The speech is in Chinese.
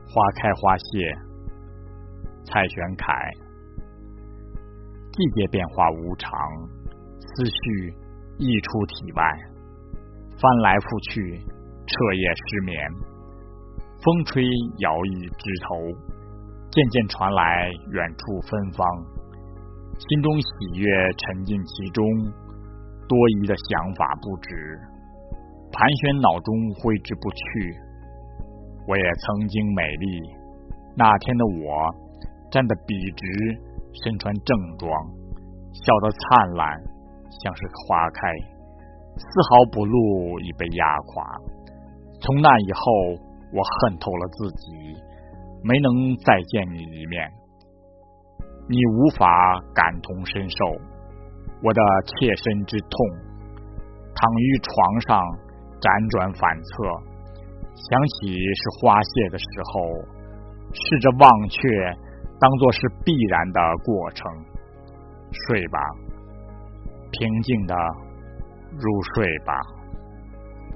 花开花谢，蔡玄凯。季节变化无常，思绪溢出体外，翻来覆去，彻夜失眠。风吹摇曳枝头，渐渐传来远处芬芳，心中喜悦沉浸其中，多疑的想法不止，盘旋脑中挥之不去。我也曾经美丽，那天的我站得笔直，身穿正装，笑得灿烂，像是花开，丝毫不露已被压垮。从那以后，我恨透了自己，没能再见你一面。你无法感同身受我的切身之痛，躺于床上辗转反侧，想起是花谢的时候，试着忘却，当作是必然的过程。睡吧，平静的入睡吧。